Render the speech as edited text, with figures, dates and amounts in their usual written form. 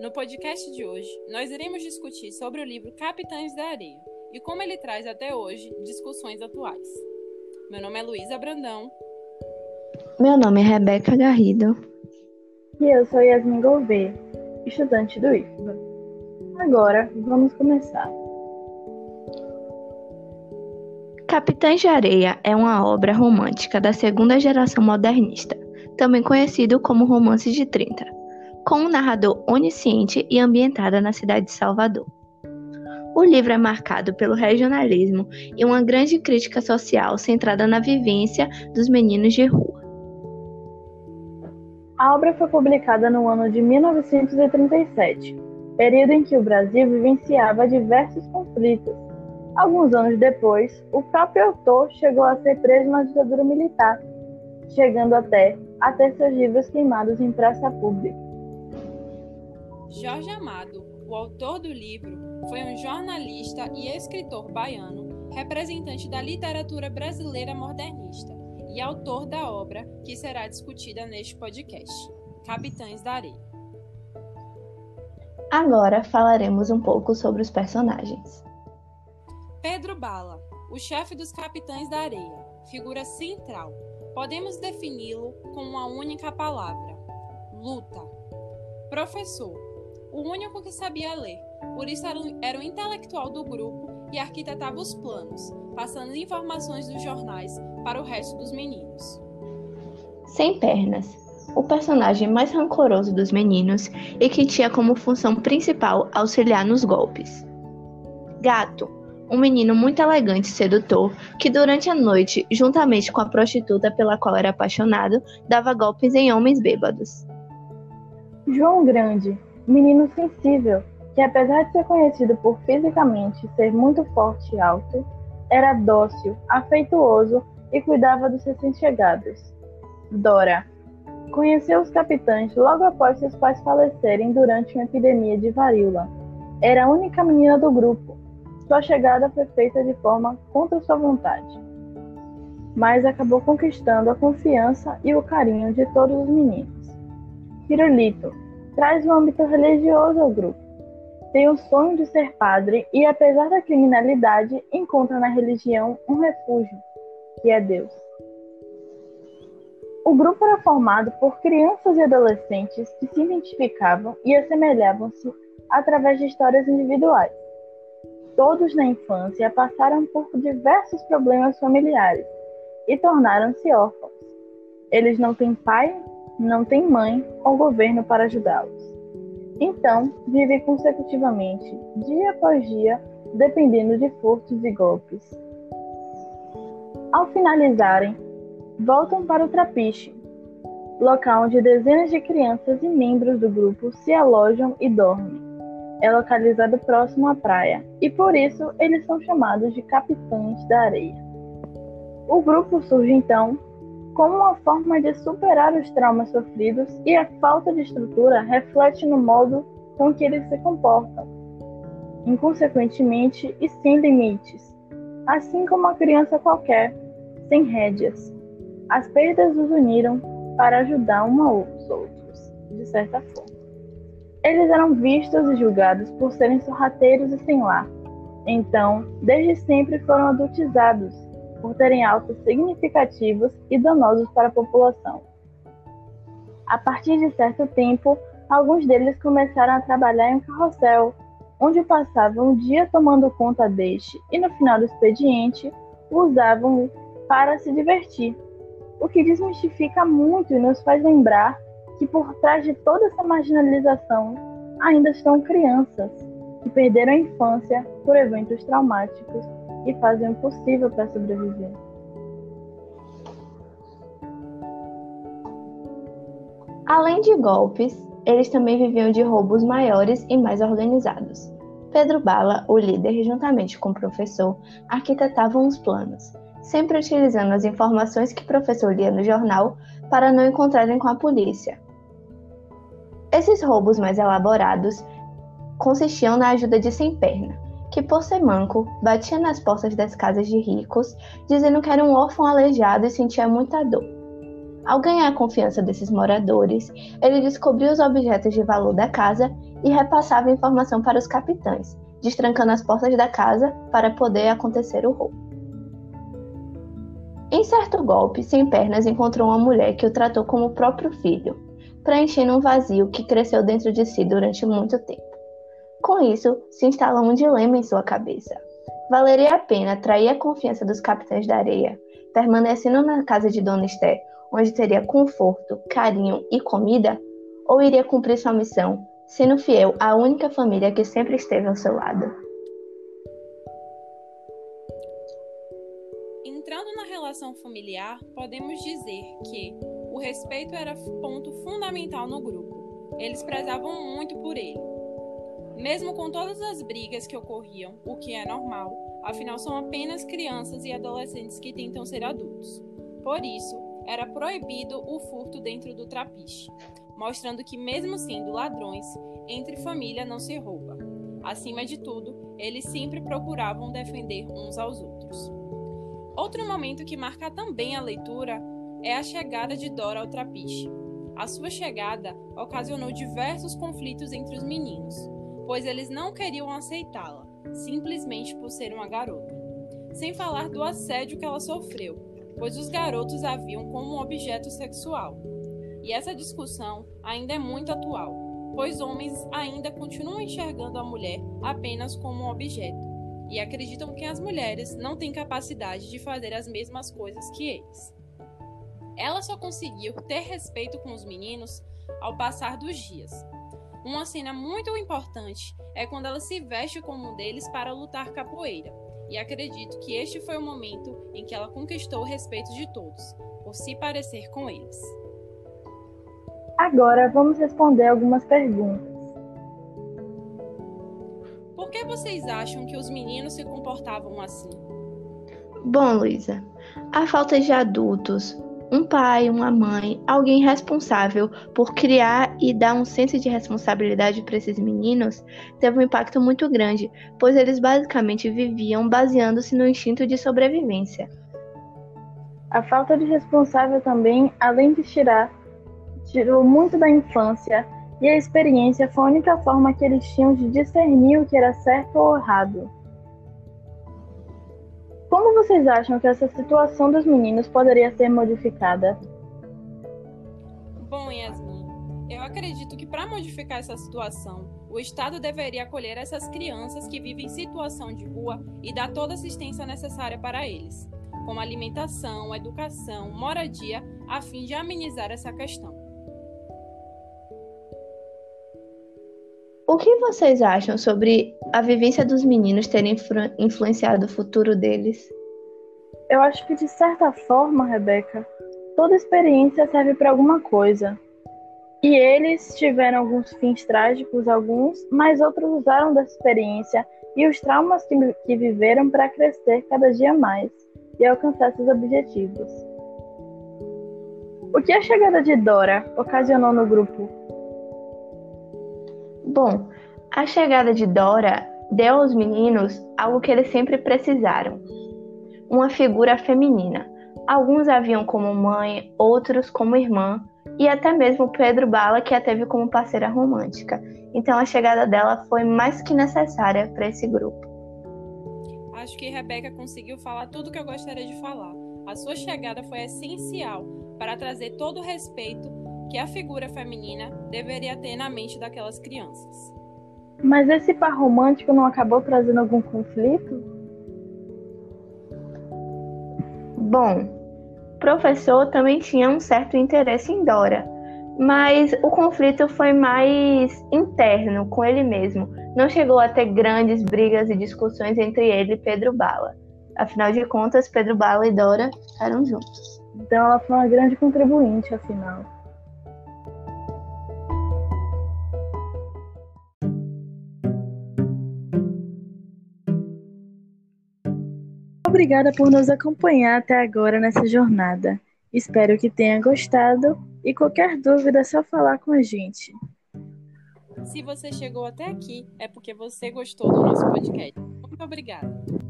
No podcast de hoje, nós iremos discutir sobre o livro Capitães da Areia e como ele traz até hoje discussões atuais. Meu nome é Luísa Brandão. Meu nome é Rebeca Garrido. E eu sou Yasmin Gouveia, estudante do IFBA. Agora, vamos começar. Capitães de Areia é uma obra romântica da segunda geração modernista, também conhecido como Romance de 30, com um narrador onisciente e ambientada na cidade de Salvador. O livro é marcado pelo regionalismo e uma grande crítica social centrada na vivência dos meninos de rua. A obra foi publicada no ano de 1937, período em que o Brasil vivenciava diversos conflitos. Alguns anos depois, o próprio autor chegou a ser preso na ditadura militar, chegando até a ter seus livros queimados em praça pública. Jorge Amado, o autor do livro, foi um jornalista e escritor baiano, representante da literatura brasileira modernista e autor da obra que será discutida neste podcast, Capitães da Areia. Agora falaremos um pouco sobre os personagens. Pedro Bala, o chefe dos Capitães da Areia, figura central. Podemos defini-lo com uma única palavra: luta. Professor, o único que sabia ler, por isso era o intelectual do grupo e arquitetava os planos, passando informações dos jornais para o resto dos meninos. Sem Pernas, o personagem mais rancoroso dos meninos e que tinha como função principal auxiliar nos golpes. Gato, um menino muito elegante e sedutor que durante a noite, juntamente com a prostituta pela qual era apaixonado, dava golpes em homens bêbados. João Grande, menino sensível, que apesar de ser conhecido por fisicamente ser muito forte e alto, era dócil, afetuoso e cuidava dos recém-chegados. Dora, conheceu os capitães logo após seus pais falecerem durante uma epidemia de varíola. Era a única menina do grupo. Sua chegada foi feita de forma contra sua vontade, mas acabou conquistando a confiança e o carinho de todos os meninos. Pirulito traz o âmbito religioso ao grupo. Tem o sonho de ser padre e, apesar da criminalidade, encontra na religião um refúgio, que é Deus. O grupo era formado por crianças e adolescentes que se identificavam e assemelhavam-se através de histórias individuais. Todos na infância passaram por diversos problemas familiares e tornaram-se órfãos. Eles não têm pai, não têm mãe ou governo para ajudá-los. Então, vivem consecutivamente, dia após dia, dependendo de furtos e golpes. Ao finalizarem, voltam para o Trapiche, local onde dezenas de crianças e membros do grupo se alojam e dormem. É localizado próximo à praia, e por isso eles são chamados de Capitães da Areia. O grupo surge então como uma forma de superar os traumas sofridos, e a falta de estrutura reflete no modo com que eles se comportam, inconsequentemente e sem limites, assim como uma criança qualquer, sem rédeas. As perdas os uniram para ajudar uns aos outros, de certa forma. Eles eram vistos e julgados por serem sorrateiros e sem lar. Então, desde sempre foram adultizados, por terem altos significativos e danosos para a população. A partir de certo tempo, alguns deles começaram a trabalhar em um carrossel, onde passavam o dia tomando conta deste e, no final do expediente, usavam-o para se divertir, o que desmistifica muito e nos faz lembrar que por trás de toda essa marginalização ainda estão crianças que perderam a infância por eventos traumáticos e fazem o possível para sobreviver. Além de golpes, eles também viviam de roubos maiores e mais organizados. Pedro Bala, o líder, juntamente com o professor, arquitetavam os planos, sempre utilizando as informações que o professor lia no jornal para não encontrarem com a polícia. Esses roubos mais elaborados consistiam na ajuda de Sem Perna, que por ser manco, batia nas portas das casas de ricos, dizendo que era um órfão aleijado e sentia muita dor. Ao ganhar a confiança desses moradores, ele descobriu os objetos de valor da casa e repassava a informação para os capitães, destrancando as portas da casa para poder acontecer o roubo. Em certo golpe, Sem Pernas encontrou uma mulher que o tratou como o próprio filho, preenchendo um vazio que cresceu dentro de si durante muito tempo. Com isso, se instala um dilema em sua cabeça. Valeria a pena atrair a confiança dos capitães da areia, permanecendo na casa de Dona Esté, onde teria conforto, carinho e comida, ou iria cumprir sua missão, sendo fiel à única família que sempre esteve ao seu lado? Entrando na relação familiar, podemos dizer que o respeito era ponto fundamental no grupo. Eles prezavam muito por ele. Mesmo com todas as brigas que ocorriam, o que é normal, afinal são apenas crianças e adolescentes que tentam ser adultos. Por isso, era proibido o furto dentro do trapiche, mostrando que mesmo sendo ladrões, entre família não se rouba. Acima de tudo, eles sempre procuravam defender uns aos outros. Outro momento que marca também a leitura é a chegada de Dora ao trapiche. A sua chegada ocasionou diversos conflitos entre os meninos, pois eles não queriam aceitá-la, simplesmente por ser uma garota. Sem falar do assédio que ela sofreu, pois os garotos a viam como um objeto sexual. E essa discussão ainda é muito atual, pois homens ainda continuam enxergando a mulher apenas como um objeto, e acreditam que as mulheres não têm capacidade de fazer as mesmas coisas que eles. Ela só conseguiu ter respeito com os meninos ao passar dos dias. Uma cena muito importante é quando ela se veste como um deles para lutar capoeira, e acredito que este foi o momento em que ela conquistou o respeito de todos, por se parecer com eles. Agora vamos responder algumas perguntas. Por que vocês acham que os meninos se comportavam assim? Bom, Luísa, a falta de adultos, um pai, uma mãe, alguém responsável por criar e dar um senso de responsabilidade para esses meninos, teve um impacto muito grande, pois eles basicamente viviam baseando-se no instinto de sobrevivência. A falta de responsável também, além de tirou muito da infância, e a experiência foi a única forma que eles tinham de discernir o que era certo ou errado. Como vocês acham que essa situação dos meninos poderia ser modificada? Bom, Yasmin, eu acredito que para modificar essa situação, o Estado deveria acolher essas crianças que vivem em situação de rua e dar toda a assistência necessária para eles, como alimentação, educação, moradia, a fim de amenizar essa questão. O que vocês acham sobre a vivência dos meninos terem influenciado o futuro deles? Eu acho que, de certa forma, Rebeca, toda experiência serve para alguma coisa. E eles tiveram alguns fins trágicos, mas outros usaram dessa experiência e os traumas que viveram para crescer cada dia mais e alcançar seus objetivos. O que a chegada de Dora ocasionou no grupo? Bom, a chegada de Dora deu aos meninos algo que eles sempre precisaram: uma figura feminina. Alguns a viam como mãe, outros como irmã, e até mesmo Pedro Bala, que a teve como parceira romântica. Então a chegada dela foi mais que necessária para esse grupo. Acho que Rebeca conseguiu falar tudo o que eu gostaria de falar. A sua chegada foi essencial para trazer todo o respeito que a figura feminina deveria ter na mente daquelas crianças. Mas esse par romântico não acabou trazendo algum conflito? Bom, o professor também tinha um certo interesse em Dora, mas o conflito foi mais interno, com ele mesmo. Não chegou a ter grandes brigas e discussões entre ele e Pedro Bala. Afinal de contas, Pedro Bala e Dora eram juntos. Então ela foi uma grande contribuinte, afinal. Obrigada por nos acompanhar até agora nessa jornada. Espero que tenha gostado e qualquer dúvida é só falar com a gente. Se você chegou até aqui, é porque você gostou do nosso podcast. Muito obrigada.